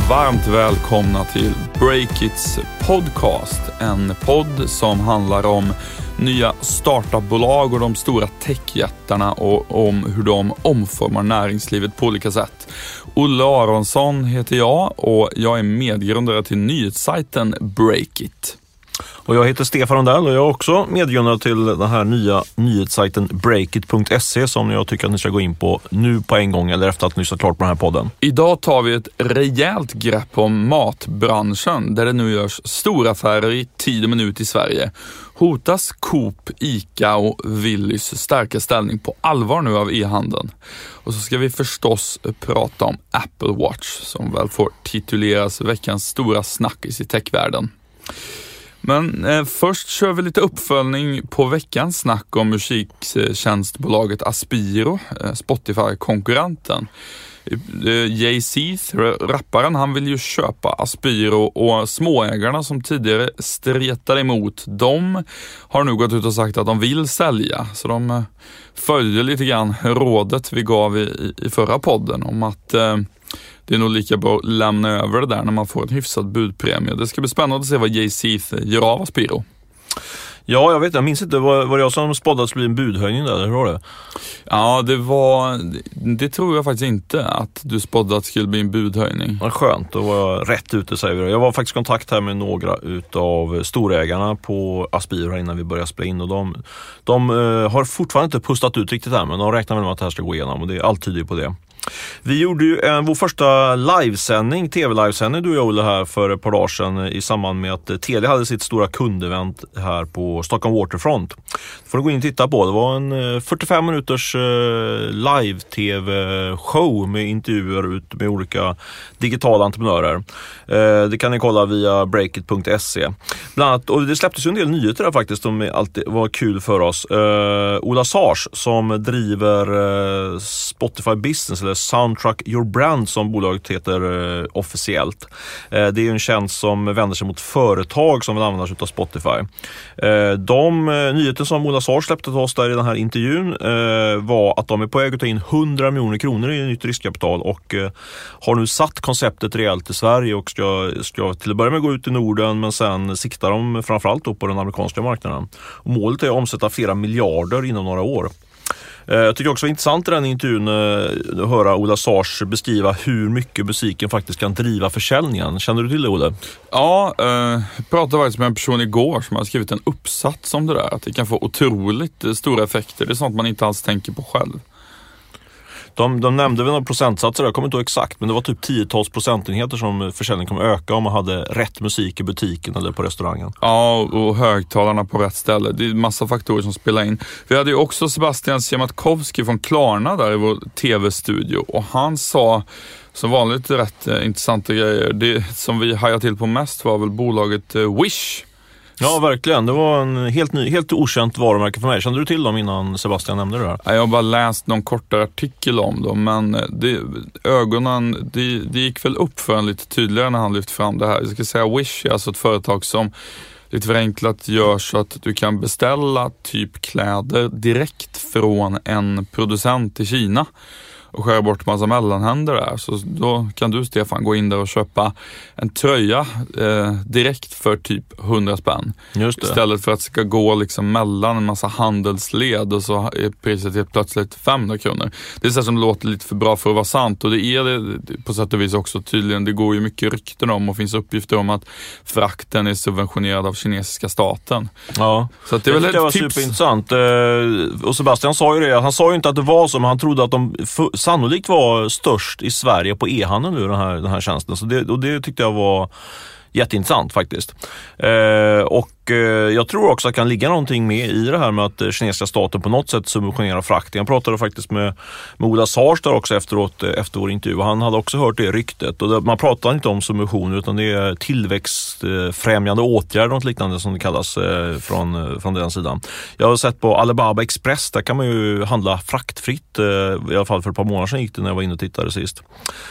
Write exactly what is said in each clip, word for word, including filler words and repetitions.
varmt välkomna till Breakits podcast. En podd som handlar om nya startupbolag och de stora techjättarna och om hur de omformar näringslivet på olika sätt. Olle Aronsson heter jag och jag är medgrundare till nyhetssajten Breakit. Och jag heter Stefan Rondell och jag är också medgrundare till den här nya nyhetssajten breakit punkt se som jag tycker att ni ska gå in på nu på en gång eller efter att ni har klart på den här podden. Idag tar vi ett rejält grepp om matbranschen där det nu görs stora affärer i tid och minut i Sverige. Hotas Coop, Ica och Willys starka ställning på allvar nu av e-handeln. Och så ska vi förstås prata om Apple Watch som väl får tituleras veckans stora snackis i techvärlden. Men eh, först kör vi lite uppföljning på veckans snack om musiktjänstbolaget Aspiro, eh, Spotify-konkurrenten. Eh, Jay-Z, rapparen, han vill ju köpa Aspiro och småägarna som tidigare stretade emot dem har nu gått ut och sagt att de vill sälja. Så de eh, följde lite grann rådet vi gav i, i förra podden om att eh, det är nog lika bra att lämna över det där när man får en hyfsad budpremie. Det ska bli spännande att se vad Jay-Z gör av Aspiro. Ja, jag vet, jag minns inte, var, var det jag som spådde att det skulle bli en budhöjning där, eller hur var det? Ja, det var, det, det tror jag faktiskt inte att du spådde att det skulle bli en budhöjning. Ja, skönt, då var jag rätt ute, säger vi. Jag var faktiskt i kontakt här med några utav storägarna på Aspiro här innan vi började spela in och de, de uh, har fortfarande inte pustat ut riktigt här, men de räknar med att det här ska gå igenom och det är allt tyder på det. Vi gjorde ju en, vår första livesändning, tv-livesändning du och jag, Olle, här för ett par dagar sedan i samband med att Telia hade sitt stora kundevent här på Stockholm Waterfront. Det får du gå in och titta på. Det var en fyrtiofem minuters live-tv-show med intervjuer ut med olika digitala entreprenörer. Det kan ni kolla via breakit punkt se. Bland annat, och det släpptes ju en del nyheter där faktiskt som alltid var kul för oss. Ola Sars som driver Spotify Business, eller Soundtrack Your Brand som bolaget heter eh, officiellt. Eh, det är ju en tjänst som vänder sig mot företag som vill använda sig av Spotify. Eh, de eh, nyheter som Ola Sars släppte till oss där i den här intervjun eh, var att de är på väg att ta in hundra miljoner kronor i nytt riskkapital och eh, har nu satt konceptet rejält i Sverige och ska, ska till att börja med gå ut i Norden, men sen siktar de framförallt då på den amerikanska marknaden. Och målet är att omsätta flera miljarder inom några år. Jag tycker också det var intressant i den intervjun att höra Ola Sars beskriva hur mycket musiken faktiskt kan driva försäljningen. Känner du till det, Ola? Ja, jag pratade faktiskt med en person igår som har skrivit en uppsats om det där. Att det kan få otroligt stora effekter. Det är sånt man inte alls tänker på själv. De, de nämnde väl några procentsatser, jag kommer inte ihåg exakt, men det var typ tiotals procentenheter som försäljningen kommer öka om man hade rätt musik i butiken eller på restaurangen. Ja, och högtalarna på rätt ställe. Det är massa faktorer som spelar in. Vi hade ju också Sebastian Siemiatkowski från Klarna där i vår tv-studio och han sa som vanligt rätt eh, intressanta grejer. Det som vi hajade till på mest var väl bolaget eh, Wish. Ja, verkligen. Det var en helt ny, helt okänt varumärke för mig. Kände du till dem innan Sebastian nämnde det där? Jag har bara läst någon kortare artikel om dem, men det, ögonen, det, det gick väl upp för en lite tydligare när han lyfte fram det här. Jag ska säga Wish är alltså ett företag som lite förenklat gör så att du kan beställa typ kläder direkt från en producent i Kina och skära bort massa mellanhänder där. Så då kan du, Stefan, gå in där och köpa en tröja eh, direkt för typ hundra spänn. Just det. Istället för att det ska gå liksom mellan en massa handelsled och så är priset helt plötsligt femhundra kronor. Det är så som det låter lite för bra för att vara sant och det är det på sätt och vis också tydligen. Det går ju mycket rykten om och finns uppgifter om att frakten är subventionerad av kinesiska staten. Ja, så att det är väl det var tips. Superintressant. Och Sebastian sa ju det, han sa ju inte att det var så, men han trodde att de sannolikt var störst i Sverige på e-handeln nu, den här, den här tjänsten. Så det, och det tyckte jag var jätteintressant faktiskt. Eh, och eh, jag tror också att det kan ligga någonting med i det här med att eh, kinesiska staten på något sätt subventionerar frakten. Jag pratade faktiskt med, med Ola Sars där också efteråt, eh, efter vår intervju. Han hade också hört det ryktet. Och det, man pratar inte om subventioner utan det är tillväxtfrämjande åtgärder och liknande som det kallas eh, från, från den sidan. Jag har sett på Alibaba Express, där kan man ju handla fraktfritt. Eh, I alla fall för ett par månader sedan gick det när jag var inne och tittade sist.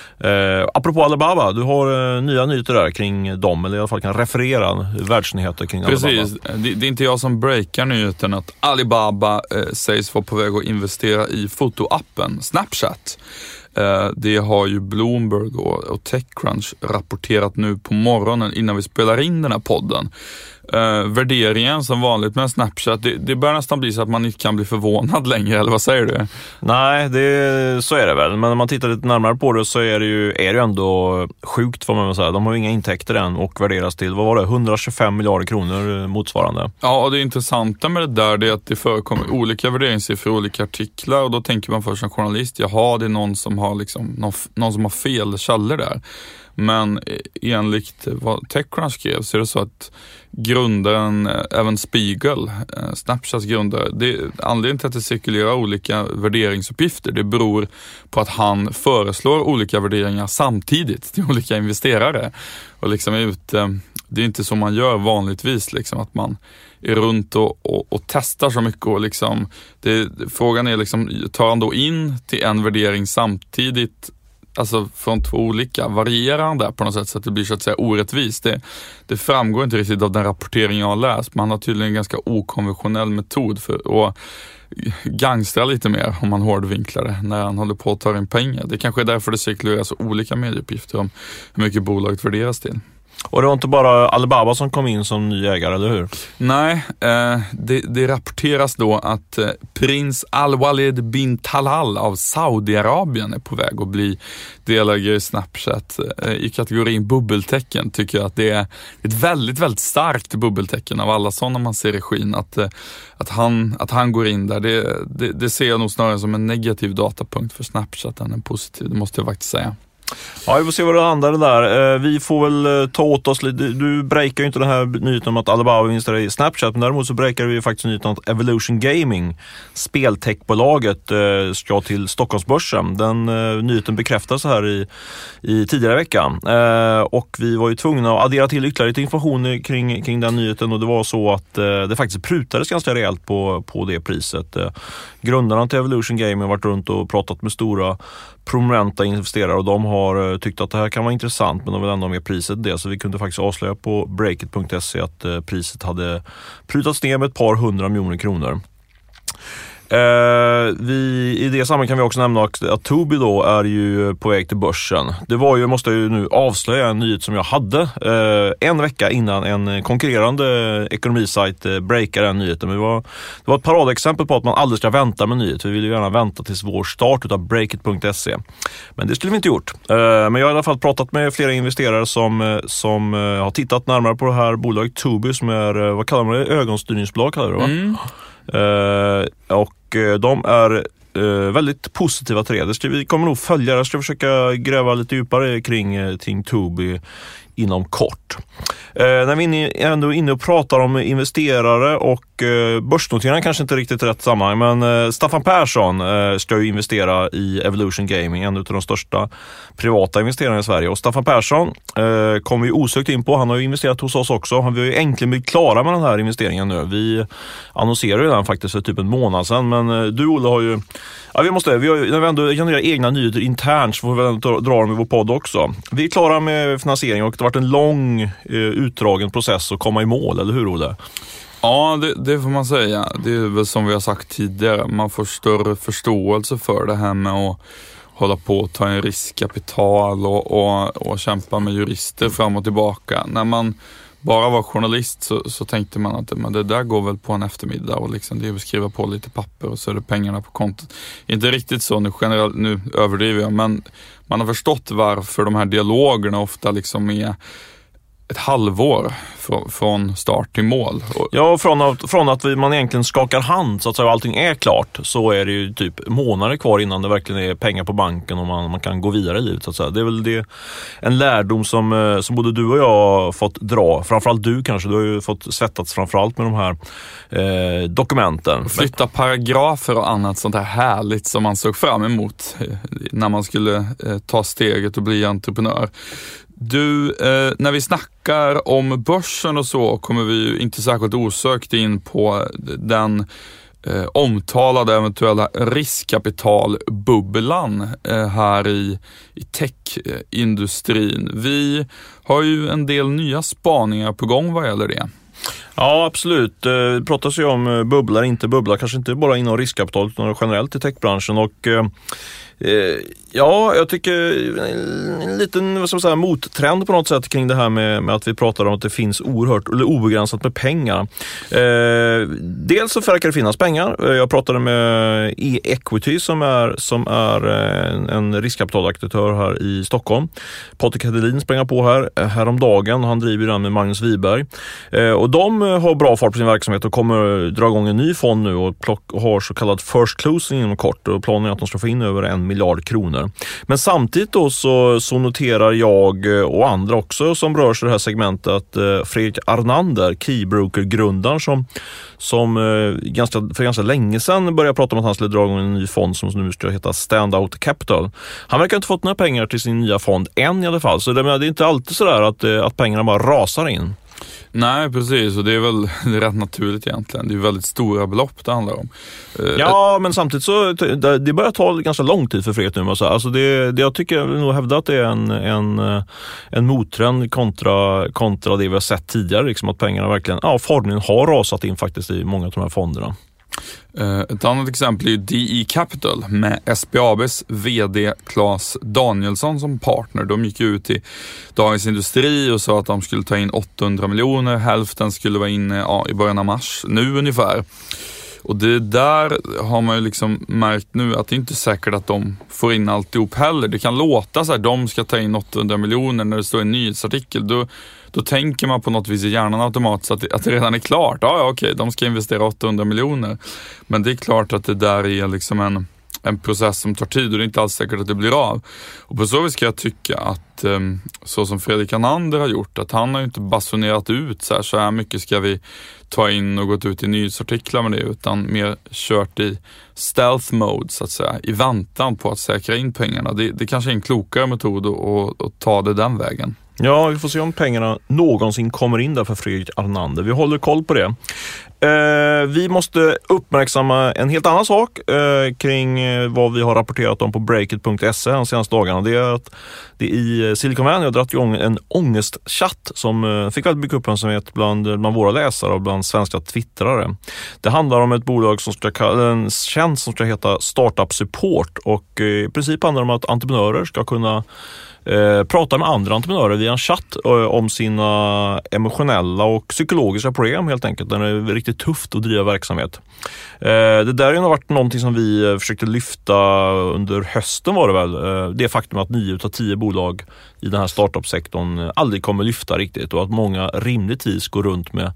Eh, apropå Alibaba, du har eh, nya nyheter där kring dem, eller i alla fall kan referera världsnyheter kring Alibaba. Precis, det, det är inte jag som breakar nyheten att Alibaba eh, sägs vara på väg att investera i fotoappen Snapchat. Eh, det har ju Bloomberg och, och TechCrunch rapporterat nu på morgonen innan vi spelar in den här podden. Uh, värderingen som vanligt med Snapchat, det, det börjar nästan bli så att man inte kan bli förvånad längre, eller vad säger du? Nej, det, så är det väl. Men när man tittar lite närmare på det så är det ju, är det ju ändå sjukt, får man väl säga. De har ju inga intäkter än och värderas till, vad var det, hundratjugofem miljarder kronor motsvarande. Ja, och det intressanta med det där det är att det förekommer olika värderingssiffror i olika artiklar, och då tänker man först som journalist, jaha, det är någon som har, liksom, någon, någon som har fel källor där. Men enligt vad TechCrunch skrev så är det så att grundaren, även Spiegel, Snapchats grundare, det, anledningen till att det cirkulerar olika värderingsuppgifter, det beror på att han föreslår olika värderingar samtidigt till olika investerare. Och liksom är ute, det är inte så man gör vanligtvis, liksom, att man är runt och, och, och testar så mycket. Och liksom, det, frågan är, liksom, tar han då in till en värdering samtidigt, alltså från två olika, varierar han där på något sätt så att det blir så att säga orättvist. Det, det framgår inte riktigt av den rapportering jag har läst. Man har tydligen en ganska okonventionell metod för att gangstra lite mer, om man hårdvinklar det, när han håller på att ta in pengar. Det kanske är därför det cirkulerar så olika medieuppgifter om hur mycket bolaget värderas till. Och det var inte bara Alibaba som kom in som ny ägare, eller hur? Nej, eh, det, det rapporteras då att eh, prins Al-Walid bin Talal av Saudiarabien är på väg att bli delägare i Snapchat. Eh, I kategorin bubbeltecken tycker jag att det är ett väldigt, väldigt starkt bubbeltecken av alla sådana man ser i regin. Att, eh, att, han, att han går in där, det, det, det ser jag nog snarare som en negativ datapunkt för Snapchat än en positiv, det måste jag faktiskt säga. Ja, vi får se vad det handlar där. Vi får väl ta åt oss lite. Du breakar ju inte den här nyheten om att Alibaba investerar i Snapchat, men däremot så breakar vi ju faktiskt nyheten om att Evolution Gaming, speltechbolaget, ska till Stockholmsbörsen. Den nyheten bekräftas här i, i tidigare veckan. Och vi var ju tvungna att addera till ytterligare lite information kring, kring den nyheten, och det var så att det faktiskt prutades ganska rejält på, på det priset. Grundarna till Evolution Gaming har varit runt och pratat med stora prominenta investerare, och de har tyckt att det här kan vara intressant, men de vill ändå ha med priset det, så vi kunde faktiskt avslöja på breakit punkt se att priset hade prutats ner med ett par hundra miljoner kronor. Eh, vi, I det sammanhanget kan vi också nämna att Tobii då är ju på väg till börsen. Det var ju, måste jag ju nu avslöja en nyhet som jag hade eh, en vecka innan en konkurrerande ekonomisajt eh, breakade den nyheten. Men det, var, det var ett paradexempel på att man aldrig ska vänta med nyhet. Vi vill ju gärna vänta tills vår start av breakit punkt se. Men det skulle vi inte gjort. Eh, men jag har i alla fall pratat med flera investerare som, som eh, har tittat närmare på det här bolaget Tobii, som är, eh, vad kallar man det? Ögonstyrningsbolag kallar det, va? Mm. Uh, och uh, de är uh, väldigt positiva till det. det ska, vi kommer nog följa det. Jag ska försöka gräva lite djupare kring, uh, kring Tobii inom kort. Eh, när vi är ändå inne och pratar om investerare och eh, börsnoteringar, kanske inte riktigt rätt sammanhang, men eh, Staffan Persson eh, ska ju investera i Evolution Gaming, en av de största privata investerarna i Sverige. Och Staffan Persson eh, kommer ju osökt in på, han har ju investerat hos oss också. Han vill ju äntligen bli klara med den här investeringen nu. Vi annonserade den faktiskt för typ en månad sedan, men eh, du, Olle, har ju Ja, vi måste, vi har, när vi ändå genererar egna nyheter internt, så får vi dra, dra dem i vår podd också. Vi är klara med finansiering, och det har varit en lång eh, utdragen process att komma i mål, eller hur, Olle? Ja, det, det får man säga. Det är väl som vi har sagt tidigare, man får större förståelse för det här med att hålla på och ta en riskkapital och, och, och kämpa med jurister fram och tillbaka. När man bara var journalist så, så tänkte man att men det där går väl på en eftermiddag, och liksom det är att skriva på lite papper och så är det pengarna på kontot. Inte riktigt så, nu, generellt, nu överdriver jag, men man har förstått varför de här dialogerna ofta liksom är ett halvår från, från start till mål. Ja, från att, från att vi, man egentligen skakar hand så att säga, allting är klart, så är det ju typ månader kvar innan det verkligen är pengar på banken och man, man kan gå vidare i livet, så att säga. Det är väl det, en lärdom som, som både du och jag har fått dra. Framförallt du kanske, du har ju fått svettats framförallt med de här eh, dokumenten. Flytta paragrafer och annat sånt här härligt som man såg fram emot när man skulle eh, ta steget och bli entreprenör. Du, eh, när vi snackar om börsen och så kommer vi ju inte särskilt osökt in på den eh, omtalade eventuella riskkapitalbubblan eh, här i, i techindustrin. Vi har ju en del nya spaningar på gång vad gäller det. Ja, absolut. Det pratas ju om bubblar, inte bubblar, kanske inte bara inom riskkapital utan generellt i techbranschen, och Ja, jag tycker en liten vad ska man säga, mottrend på något sätt kring det här med, med att vi pratar om att det finns oerhört eller obegränsat med pengar. Eh, dels så verkar det finnas pengar. Jag pratade med E-Equity som är, som är en, en riskkapitalaktör här i Stockholm. Patrik Hedelin springer på här häromdagen. Han driver den med Magnus Wiberg. Eh, och de har bra fart på sin verksamhet och kommer dra igång en ny fond nu och, plock, och har så kallad first closing inom kort. Och planen är att de ska få in över en miljard kronor. Men samtidigt då så, så noterar jag och andra också som rör sig i det här segmentet att eh, Fredrik Arnander, Keybroker-grundaren som, som eh, ganska, för ganska länge sedan började prata om att han skulle dra igång en ny fond som nu ska heta Standout Capital. Han verkar inte fått några pengar till sin nya fond än i alla fall. Så det, det är inte alltid sådär att, att pengarna bara rasar in. Nej, precis. Och det är väl det är rätt naturligt egentligen. Det är väldigt stora belopp det handlar om. Ja, men samtidigt så det, det börjar ta ganska lång tid för Fredrik nu. Alltså det, det jag tycker jag nog hävdar att det är en, en, en mottrend kontra, kontra det vi har sett tidigare. Liksom att pengarna verkligen, ja, formligen har rasat in faktiskt i många av de här fonderna. Ett annat exempel är ju D E Capital med S B A B:s vd Claes Danielsson som partner. De gick ut i Dagens Industri och sa att de skulle ta in åttahundra miljoner. Hälften skulle vara inne ja, i början av mars, nu ungefär. Och det där har man ju liksom märkt nu att det inte är säkert att de får in alltihop heller. Det kan låta så här, de ska ta in åttahundra miljoner när det står i en nyhetsartikel. Då, då tänker man på något vis i hjärnan automatiskt att det, att det redan är klart. Ja, ja okej, de ska investera åttahundra miljoner. Men det är klart att det där är liksom en, en process som tar tid och det är inte alls säkert att det blir av. Och på så vis ska jag tycka att um, så som Fredrik Arnander har gjort, att han har ju inte basunerat ut så här, så här mycket ska vi ta in och gått ut i nyhetsartiklar med det, utan mer kört i stealth mode så att säga, i väntan på att säkra in pengarna. Det, det kanske är en klokare metod att, att, att ta det den vägen. Ja, vi får se om pengarna någonsin kommer in där för Fredrik Arnander. Vi håller koll på det. Eh, vi måste uppmärksamma en helt annan sak eh, kring vad vi har rapporterat om på breakit punkt se de senaste dagarna. Det är att det i Silicon Valley har dragit igång en ångestchatt som eh, fick väldigt mycket uppmärksamhet bland, bland våra läsare och bland svenska twittrare. Det handlar om ett bolag som ska kalla, en tjänst som ska heta Startup Support och eh, i princip handlar det om att entreprenörer ska kunna Eh, pratar med andra entreprenörer via en chatt eh, om sina emotionella och psykologiska problem helt enkelt. Det är riktigt tufft att driva verksamhet. Eh, det där har varit någonting som vi försökte lyfta under hösten var det väl. Eh, det faktum att nio utav tio bolag i den här startup-sektorn aldrig kommer lyfta riktigt och att många rimligtvis går runt med,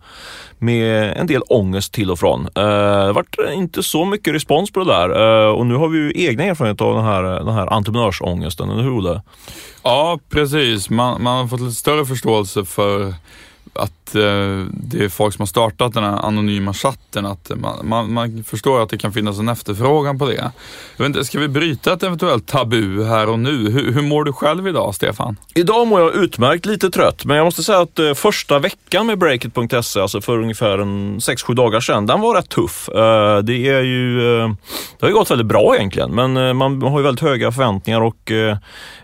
med en del ångest till och från. Eh, det har varit inte så mycket respons på det där eh, och nu har vi ju egna erfarenheter av den här, den här entreprenörsångesten, eller hur Olle? Ja, precis. Man, man har fått lite större förståelse för att eh, det är folk som har startat den här anonyma chatten, att man, man, man förstår att det kan finnas en efterfrågan på det. Jag vet inte, ska vi bryta ett eventuellt tabu här och nu? Hur, hur mår du själv idag, Stefan? Idag mår jag utmärkt, lite trött, men jag måste säga att eh, första veckan med breakit punkt se, alltså för ungefär en sex sju dagar sedan, den var rätt tuff. Eh, det är ju eh, det har ju gått väldigt bra egentligen, men eh, man har ju väldigt höga förväntningar och eh,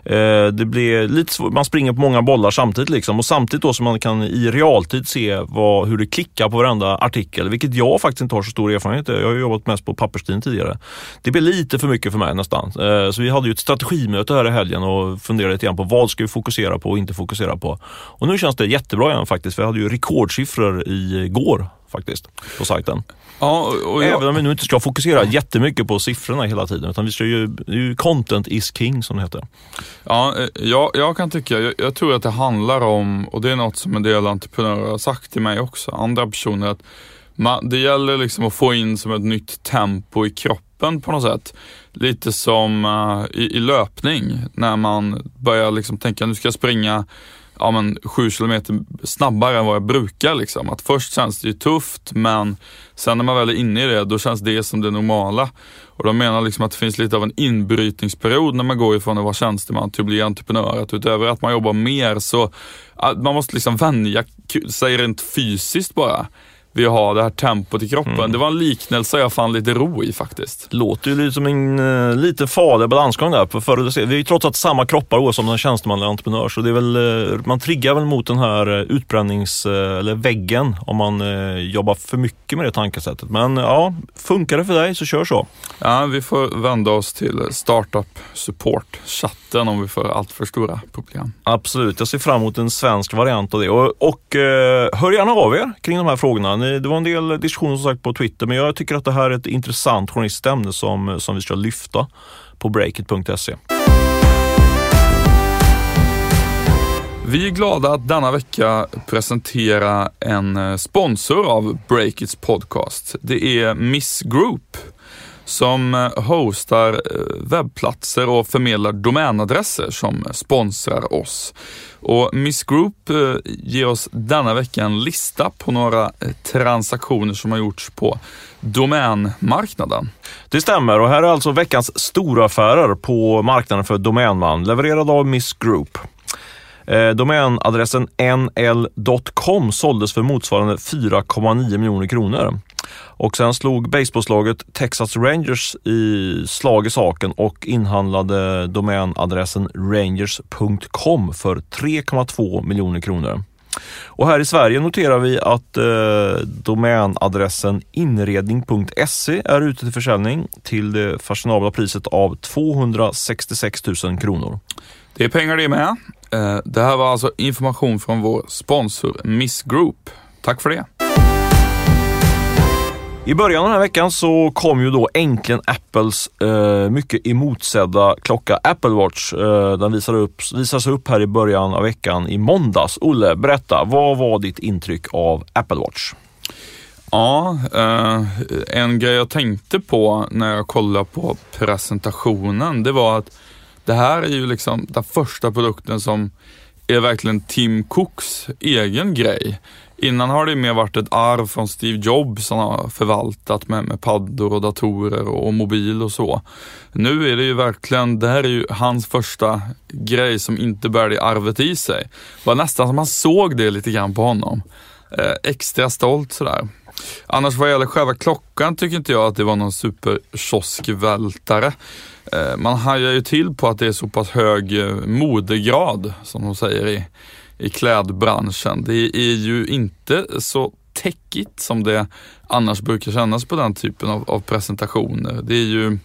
det blir lite svårt, man springer på många bollar samtidigt liksom, och samtidigt då som man kan i realtid se vad, hur det klickar på varenda artikel, vilket jag faktiskt inte har så stor erfarenhet. Jag har ju jobbat mest på papperstiden tidigare. Det blir lite för mycket för mig nästan. Så vi hade ju ett strategimöte här i helgen och funderade lite grann på vad ska vi fokusera på och inte fokusera på. Och nu känns det jättebra igen faktiskt, för jag hade ju rekordsiffror igår faktiskt på sajten. Ja, och jag... Även om vi nu inte ska fokusera jättemycket på siffrorna hela tiden, utan vi ska ju, ju content is king som det heter. Ja, jag, jag kan tycka, jag, jag tror att det handlar om, och det är något som en del entreprenörer har sagt till mig också, andra personer, att man, det gäller liksom att få in som ett nytt tempo i kroppen på något sätt. Lite som uh, i, i löpning, när man börjar liksom tänka, nu ska jag springa ja, men sju kilometer snabbare än vad jag brukar liksom. Att först känns det ju tufft, men sen när man väl är inne i det, då känns det som det normala. Och de menar liksom att det finns lite av en inbrytningsperiod när man går ifrån att vara tjänsteman till att bli entreprenör. Att utöver att man jobbar mer så att man måste liksom vänja sig rent fysiskt bara vi har det här tempot i kroppen. Mm. Det var en liknelse jag fann lite ro i faktiskt. Låter ju lite som en uh, lite farlig balansgång där. För förr, vi är trots allt samma kroppar oavsett om man är tjänsteman eller entreprenör. Så det är väl, uh, man triggar väl mot den här uh, utbrännings... Uh, eller väggen om man uh, jobbar för mycket med det tankesättet. Men uh, ja, funkar det för dig så kör så. Ja, vi får vända oss till Startup Support-chatten om vi får allt för stora problem. Absolut, jag ser fram emot en svensk variant av det. Och, och uh, hör gärna av er kring de här frågorna. Ni, det var en del diskussioner som sagt på Twitter, men jag tycker att det här är ett intressant journalistiskt ämne som, som vi ska lyfta på breakit punkt se. Vi är glada att denna vecka presentera en sponsor av Breakits podcast. Det är Miss Group som hostar webbplatser och förmedlar domänadresser som sponsrar oss. Och Miss Group ger oss denna vecka en lista på några transaktioner som har gjorts på domänmarknaden. Det stämmer, och här är alltså veckans stora affärer på marknaden för domänman, levererad av Miss Group. Eh, domänadressen N L punkt com såldes för motsvarande fyra komma nio miljoner kronor. Och sen slog baseballslaget Texas Rangers i slag i saken och inhandlade domänadressen rangers punkt com för tre komma två miljoner kronor. Och här i Sverige noterar vi att eh, domänadressen inredning punkt se är ute till försäljning till det fashionabla priset av tvåhundrasextiosex tusen kronor. Det är pengar det med. Eh, det här var alltså information från vår sponsor Miss Group. Tack för det. I början av den här veckan så kom ju då äntligen Apples eh, mycket emotsedda klocka Apple Watch. Eh, den visar upp, visas upp här i början av veckan i måndags. Olle, berätta, vad var ditt intryck av Apple Watch? Ja, eh, en grej jag tänkte på när jag kollade på presentationen, det var att det här är ju liksom den första produkten som är verkligen Tim Cooks egen grej. Innan har det mer varit ett arv från Steve Jobs som har förvaltat med, med paddor och datorer och, och mobil och så. Nu är det ju verkligen, det här är ju hans första grej som inte bär det arvet i sig. Det var nästan som man såg det lite grann på honom. Eh, extra stolt sådär. Annars vad gäller själva klockan tycker inte jag att det var någon super kioskvältare. Eh, man hajar ju till på att det är så pass hög eh, modegrad som de säger i i klädbranschen. Det är ju inte så techigt som det annars brukar kännas på den typen av, av presentationer. Det är ju,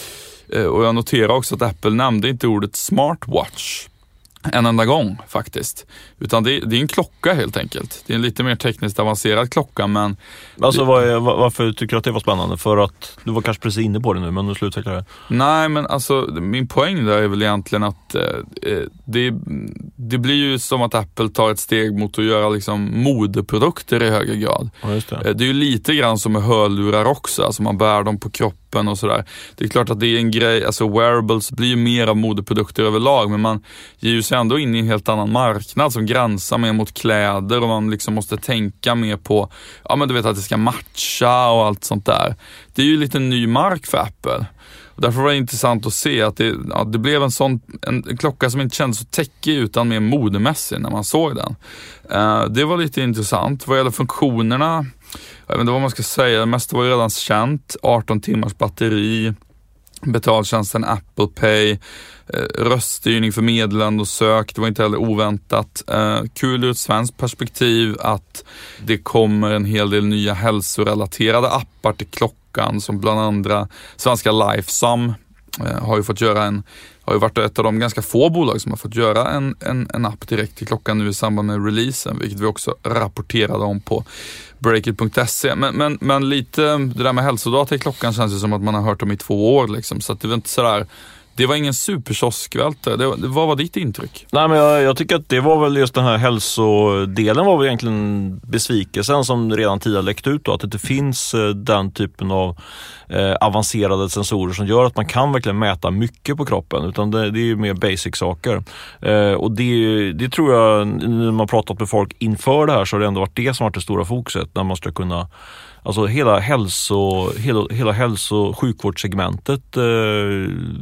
och jag noterar också att Apple nämnde inte ordet smartwatch en enda gång faktiskt. Utan det, det är en klocka helt enkelt. Det är en lite mer tekniskt avancerad klocka, men... Alltså det, var, var, varför tycker du att det var spännande? För att du var kanske precis inne på det nu, men du slututvecklar det. Nej, men alltså min poäng där är väl egentligen att eh, det, det blir ju som att Apple tar ett steg mot att göra liksom modeprodukter i högre grad. Ja, just det. Det är ju lite grann som med hörlurar också, alltså man bär dem på kroppen och sådär. Det är klart att det är en grej, alltså wearables blir ju mer av modeprodukter överlag, men man ger ju sig ändå in i en helt annan marknad som gränsar mer mot kläder och man liksom måste tänka mer på, ja men du vet att det ska matcha och allt sånt där. Det är ju lite ny mark för Apple. Och därför var det intressant att se att det, ja, det blev en sån en, en klocka som inte kändes så techig utan mer modemässig när man såg den. Uh, det var lite intressant. Vad gäller funktionerna, jag vet inte vad man ska säga, det mesta var ju redan känt. arton timmars batteri, betaltjänsten Apple Pay, eh, röststyrning för meddelande och sök, det var inte heller oväntat. Eh, kul ur ett svenskt perspektiv att det kommer en hel del nya hälsorelaterade appar till klockan, som bland andra svenska Lifesum eh, har ju fått göra en, har ju varit ett av de ganska få bolag som har fått göra en, en, en app direkt till klockan nu i samband med releasen, vilket vi också rapporterade om på breakit punkt se. Men, men, men lite det där med hälsodata i klockan känns ju som att man har hört om i två år liksom, så att det var inte sådär, det var ingen superkioskvältare. Det, det, vad var ditt intryck? Nej, men jag, jag tycker att det var väl just den här hälsodelen var väl egentligen besvikelsen som redan tidigare läckt ut då, att det inte finns eh, den typen av eh, avancerade sensorer som gör att man kan verkligen mäta mycket på kroppen, utan det, det är ju mer basic saker. Eh, och det, det tror jag, när man pratat med folk inför det här, så har det ändå varit det som varit det stora fokuset, när man ska kunna, alltså hela hälso, hela, hela hälso- och sjukvårdssegmentet eh, väntar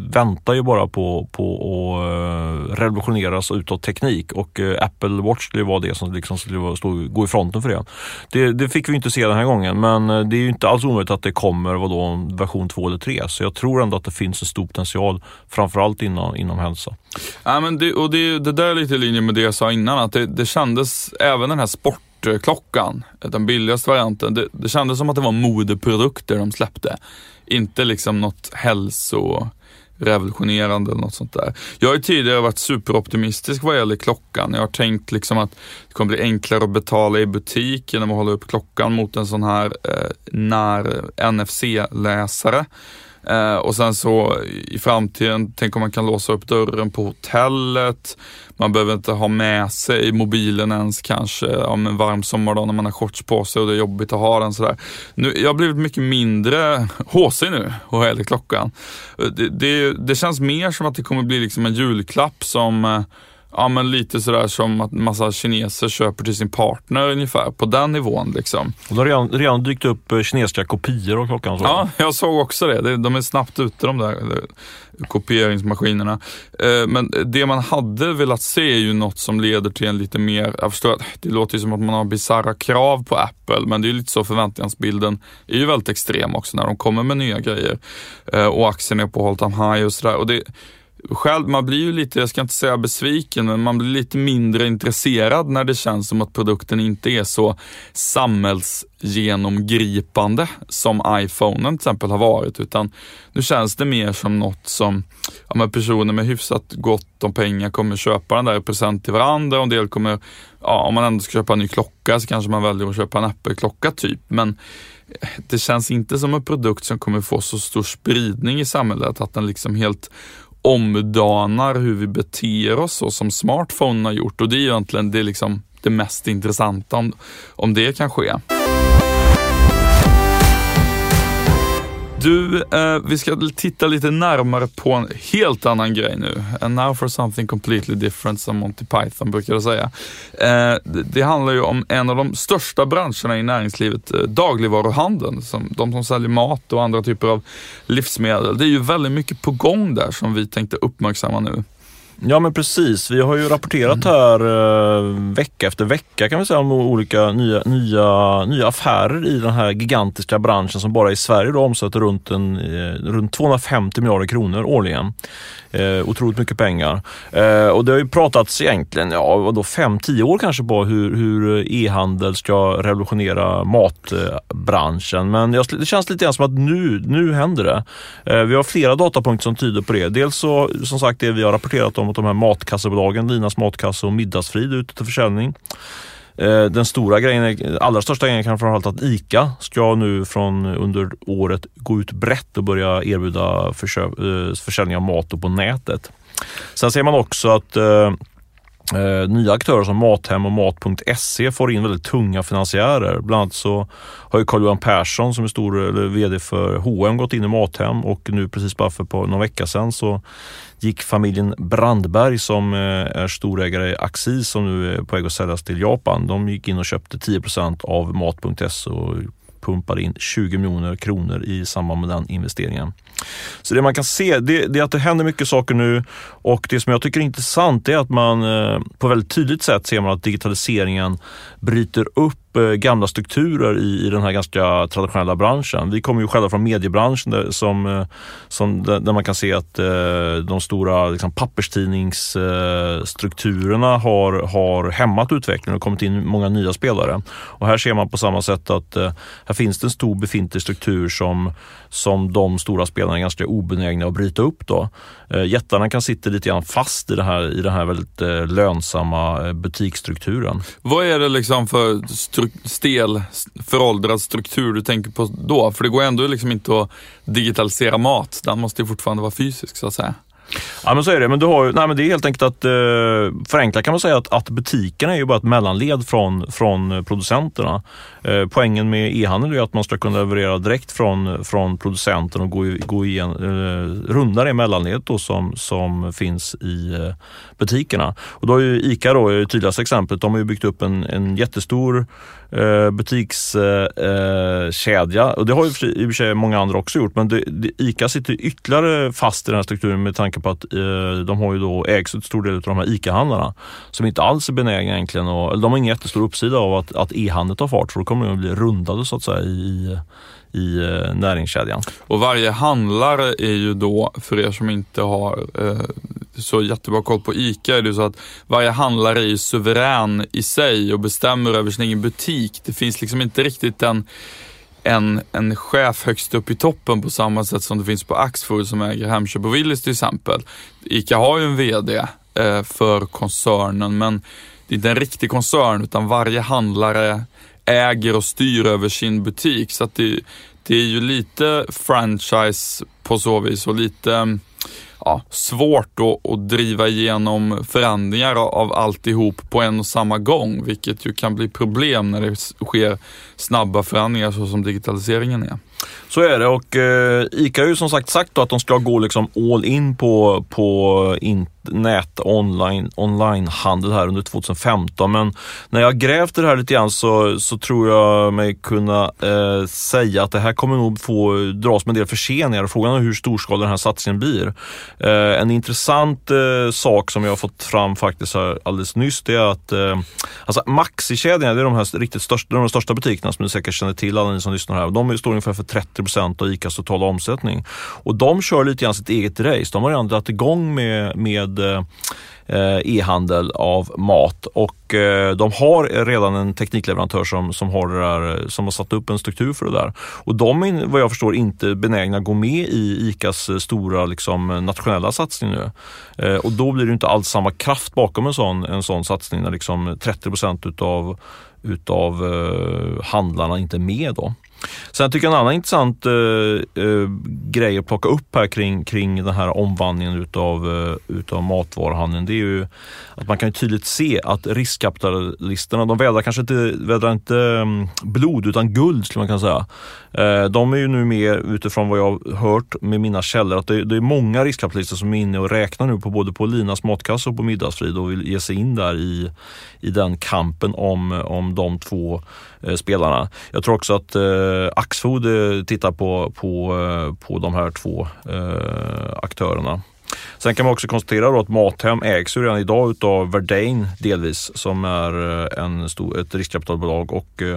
väntar ju bara på, på att revolutioneras utåt teknik, och Apple Watch skulle vara det som liksom skulle stå, gå i fronten för det. det. Det fick vi inte se den här gången, men det är ju inte alls omöjligt att det kommer vadå, version två eller tre, så jag tror ändå att det finns en stor potential, framförallt inom, inom hälsa. Ja, men det, och det, det där är lite i linje med det jag sa innan, att det, det kändes, även den här sportklockan, den billigaste varianten, det, det kändes som att det var modeprodukter de släppte. Inte liksom något hälsorevolutionerande eller något sånt där. Jag har ju tidigare varit superoptimistisk vad gäller klockan. Jag har tänkt liksom att det kommer bli enklare att betala i butik genom att hålla upp klockan mot en sån här eh, när N F C-läsare. Uh, och sen så i framtiden, tänk om man kan låsa upp dörren på hotellet. Man behöver inte ha med sig mobilen ens kanske om en varm sommardag när man har shorts på sig och det är jobbigt att ha den sådär. Nu, jag har blivit mycket mindre H C nu och hela klockan. Det, det, det känns mer som att det kommer bli liksom en julklapp som... Ja, men lite sådär som att en massa kineser köper till sin partner ungefär, på den nivån liksom. Och det har redan, redan dykt upp kinesiska kopior av klockan. Så. Ja, jag såg också det. De är snabbt ute, de där kopieringsmaskinerna. Men det man hade velat se är ju något som leder till en lite mer, jag förstår att det låter ju som att man har bizarra krav på Apple, men det är ju lite så, förväntningsbilden är ju väldigt extrem också när de kommer med nya grejer. Och aktien är på all time high och sådär. Och det själv, man blir ju lite, jag ska inte säga besviken, men man blir lite mindre intresserad när det känns som att produkten inte är så samhällsgenomgripande som iPhonen till exempel har varit, utan nu känns det mer som något som ja, men personer med hyfsat gott om pengar kommer köpa den där i present till varandra, och en del kommer, ja, om man ändå ska köpa en ny klocka så kanske man väljer att köpa en Apple-klocka typ, men det känns inte som en produkt som kommer få så stor spridning i samhället att den liksom helt omdanar hur vi beter oss så som smartphone har gjort, och det är egentligen det, liksom det mest intressanta om, om det kan ske. Du, eh, vi ska titta lite närmare på en helt annan grej nu. And now for something completely different, som Monty Python brukar säga. Eh, det, det handlar ju om en av de största branscherna i näringslivet, eh, dagligvaruhandeln. Som, de som säljer mat och andra typer av livsmedel. Det är ju väldigt mycket på gång där som vi tänkte uppmärksamma nu. Ja, men precis. Vi har ju rapporterat här eh, vecka efter vecka kan vi säga om olika nya, nya, nya affärer i den här gigantiska branschen som bara i Sverige då omsätter runt, en, eh, runt tvåhundrafemtio miljarder kronor årligen. Eh, otroligt mycket pengar. Eh, och det har ju pratats egentligen, ja vadå, fem, tio år kanske på hur, hur e-handel ska revolutionera matbranschen. Men jag, det känns lite grann som att nu, nu händer det. Eh, vi har flera datapunkter som tyder på det. Dels så, som sagt, det vi har rapporterat om att de här matkassebolagen, Linas matkasse och Middagsfrid, ute till försäljning. Den stora grejen, allra största grejen kan framförallt att ICA ska nu från under året gå ut brett och börja erbjuda försäljning av mat på nätet. Sen ser man också att eh, nya aktörer som Mathem och mat punkt se får in väldigt tunga finansiärer. Bland annat så har ju Carl-Johan Persson som är stor eller vd för H och M gått in i Mathem, och nu precis bara för på någon vecka sedan så gick familjen Brandberg som är storägare i Axis som nu är på väg att säljas till Japan. De gick in och köpte tio procent av mat punkt se och pumpade in tjugo miljoner kronor i samband med den investeringen. Så det man kan se det, det är att det händer mycket saker nu, och det som jag tycker är intressant är att man eh, på väldigt tydligt sätt ser man att digitaliseringen bryter upp eh, gamla strukturer i, i den här ganska traditionella branschen. Vi kommer ju själva från mediebranschen där, som, eh, som, där man kan se att eh, de stora liksom, papperstidningsstrukturerna eh, har, har hämmat utvecklingen och kommit in många nya spelare. Och här ser man på samma sätt att eh, här finns det en stor befintlig struktur som, som de stora spelarna är ganska obenägna att bryta upp då. Eh, jättarna kan sitta lite grann fast i, det här, i den här väldigt eh, lönsamma eh, butiksstrukturen. Vad är det liksom för stru- stel, föråldrad struktur du tänker på då? För det går ändå liksom inte att digitalisera mat. Den måste ju fortfarande vara fysisk så att säga. Ja, men så är det. Men du har, nej, men det är helt enkelt att eh, förenkla kan man säga att, att butikerna är ju bara ett mellanled från, från producenterna. Eh, poängen med e-handel är att man ska kunna leverera direkt från, från producenten och gå, gå igen, eh, runda det mellanledet då som, som finns i eh, butikerna. Och då är ju ICA då det tydligaste exemplet. De har ju byggt upp en, en jättestor eh, butikskedja eh, och det har ju i och för sig många andra också gjort, men det, det, ICA sitter ytterligare fast i den här strukturen med tanke på att eh, de har ju då ägs ett stor del av de här ICA-handlarna som inte alls är benägna egentligen och, eller de har ingen jättestor uppsida av att, att e-handeln tar fart, för då kommer de att bli rundade så att säga i, i eh, näringskedjan. Och varje handlare är ju då, för er som inte har eh, så jättebra koll på ICA, är det så att varje handlare är ju suverän i sig och bestämmer över sin egen butik. Det finns liksom inte riktigt en En, en chef högst upp i toppen på samma sätt som det finns på Axfood som äger Hemköp och Willys till exempel. ICA har ju en vd eh, för koncernen, men det är inte en riktig koncern utan varje handlare äger och styr över sin butik, så att det, det är ju lite franchise på så vis och lite ja, svårt att, att driva igenom förändringar av alltihop på en och samma gång, vilket ju kan bli problem när det sker snabba förändringar så som digitaliseringen är. Så är det, och eh, ICA har ju som sagt sagt då att de ska gå liksom all in på, på internet, online, onlinehandel här under tjugohundrafemton, men när jag grävt det här lite grann så, så tror jag mig kunna eh, säga att det här kommer nog få dras med en del förseningar, och frågan är hur storskalig den här satsningen blir. Eh, en intressant eh, sak som jag har fått fram faktiskt här alldeles nyss, det är att eh, alltså Maxi-kedjorna, det är de här riktigt största, de största butikerna som ni säkert känner till, alla ni som lyssnar här, de står ungefär för trettio procent av ICAs totala omsättning. Och de kör lite grann sitt eget race. De har redan dragit igång med, med eh, e-handel av mat, och eh, de har redan en teknikleverantör som, som, har det där, som har satt upp en struktur för det där. Och de är, vad jag förstår, inte benägna att gå med i ICAs stora liksom, nationella satsning nu. Eh, och då blir det inte alls samma kraft bakom en sån, en sån satsning när liksom trettio procent utav, utav eh, handlarna inte är med då. Sen tycker jag en annan intressant eh, eh, grej att plocka upp här kring, kring den här omvandlingen utav, eh, utav matvaruhandeln, det är ju att man kan ju tydligt se att riskkapitalisterna, de vädrar kanske inte, vädrar inte um, blod utan guld skulle man kan säga. Eh, de är ju nu mer utifrån vad jag har hört med mina källor att det, det är många riskkapitalister som är inne och räknar nu på både på Linas matkassa och på Middagsfrid och vill ge sig in där i, i den kampen om, om de två eh, spelarna. Jag tror också att eh, Axfood tittar på, på, på de här två eh, aktörerna. Sen kan man också konstatera då att Mathem ägs ju redan idag utav Verdane delvis, som är en stor, ett riskkapitalbolag, och eh,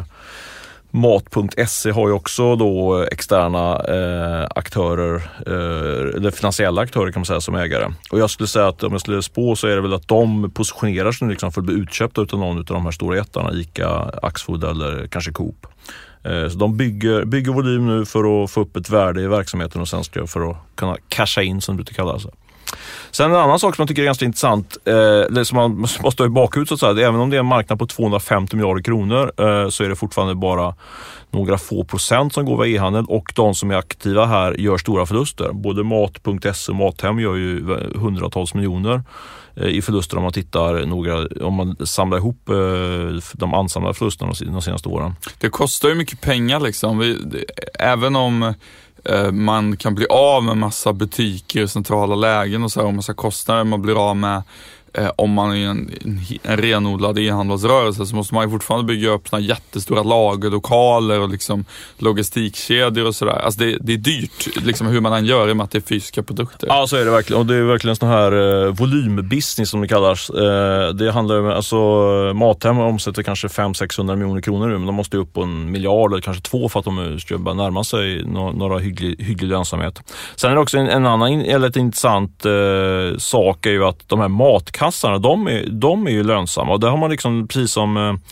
Mat punkt se har ju också då externa eh, aktörer, eh, eller finansiella aktörer kan man säga, som ägare. Och jag skulle säga att om jag skulle spå så är det väl att de positionerar sig liksom för att bli utköpta utav någon av de här stora jättarna, ICA, Axfood eller kanske Coop. Så de bygger, bygger volym nu för att få upp ett värde i verksamheten och sen ska för att kunna casha in, som det brukar kallas. Sen en annan sak som jag tycker är ganska intressant, eh, som man måste ha i bakhuvudet så att säga, det är, även om det är en marknad på tvåhundrafemtio miljarder kronor eh, så är det fortfarande bara några få procent som går via e-handel, och de som är aktiva här gör stora förluster. Både Mat punkt se och Mathem gör ju hundratals miljoner i förluster om man tittar några, om man samlar ihop eh, de ansamlade förlusterna de senaste åren. Det kostar ju mycket pengar liksom. Vi, det, även om eh, man kan bli av med massa butiker i centrala lägen och så här, och massa kostnader man blir av med eh, om man är en, en, en renodlad e-handelsrörelse, så måste man ju fortfarande bygga upp såna jättestora lagerlokaler och liksom logistikkedjor och sådär. Alltså det, det är dyrt liksom, hur man än gör i och med att det är fysiska produkter. Ja, så är det verkligen. Och det är verkligen en sån här eh, volymbusiness som det kallas. Eh, det handlar om, alltså Mathem omsätter kanske fem till sexhundra miljoner kronor nu, men de måste upp på en miljard eller kanske två för att de ska börja närma sig no- några hygglig, hygglig lönsamhet. Sen är det också en, en annan eller intressant eh, sak är ju att de här matkassarna, de är, de är ju lönsamma, och där har man liksom precis som eh,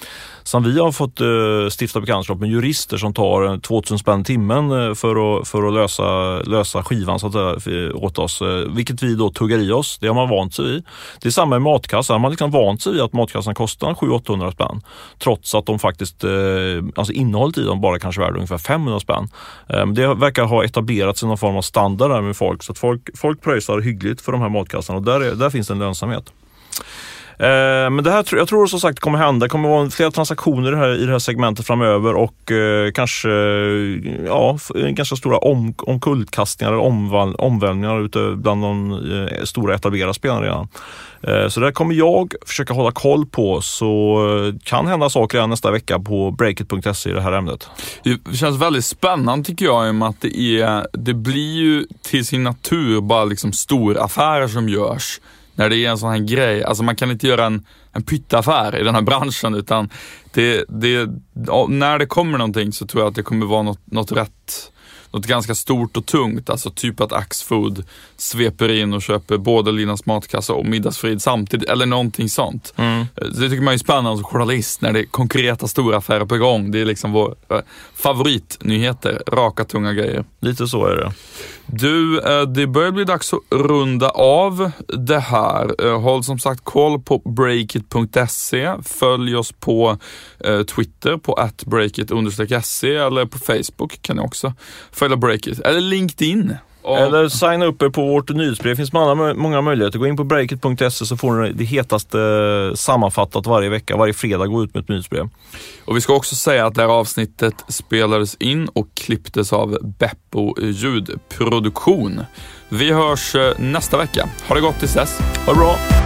som vi har fått eh, stifta bekantskap med jurister som tar tvåtusen spänn timmen eh, för att, för att lösa, lösa skivan så att säga, åt oss, eh, vilket vi då tuggar i oss. Det har man vant sig vid. Det är samma med matkassan. Man har liksom vant sig vid att matkassan kostar sju åttahundra spänn trots att de faktiskt, eh, alltså innehållet i dem bara kanske värde ungefär femhundra spänn. Eh, det verkar ha etablerats i någon form av standard där med folk, så att folk, folk pröjsar hyggligt för de här matkassarna och där, är, där finns en lönsamhet. Eh, men det här, jag tror som sagt kommer hända. Det kommer vara flera transaktioner i det här, i det här segmentet framöver och eh, kanske ja, ganska stora om, omkullkastningar eller omval, omvälvningar ute bland de eh, stora etablerade spelarna redan. Eh, så där kommer jag försöka hålla koll på, så eh, kan hända saker redan nästa vecka på breakit punkt se i det här ämnet. Det känns väldigt spännande tycker jag, i och med att det, är, det blir ju till sin natur bara liksom stora affärer som görs. När det är en sån här grej, alltså man kan inte göra en, en pyttaffär i den här branschen, utan det, det, när det kommer någonting så tror jag att det kommer vara något, något rätt, något ganska stort och tungt, alltså typ att Axfood sveper in och köper både Linas matkassa och Middagsfrid samtidigt, eller någonting sånt. Mm. Det tycker man är spännande som journalist när det är konkreta stora affärer på gång. Det är liksom vår äh, favoritnyheter, raka tunga grejer. Lite så är det. Du, det börjar bli dags att runda av det här. Håll som sagt koll på breakit punkt se. Följ oss på eh, Twitter på at breakit understreck se, eller på Facebook kan ni också följa Breakit. Eller LinkedIn. Och... Eller signa upp er på vårt nyhetsbrev. Det finns många, många möjligheter. Gå in på breakit punkt se så får ni det hetaste sammanfattat varje vecka. Varje fredag gå ut med ett nyhetsbrev. Och vi ska också säga att det här avsnittet spelades in och klipptes av Beppo ljudproduktion. Vi hörs nästa vecka. Ha det gott tills dess. Ha det bra.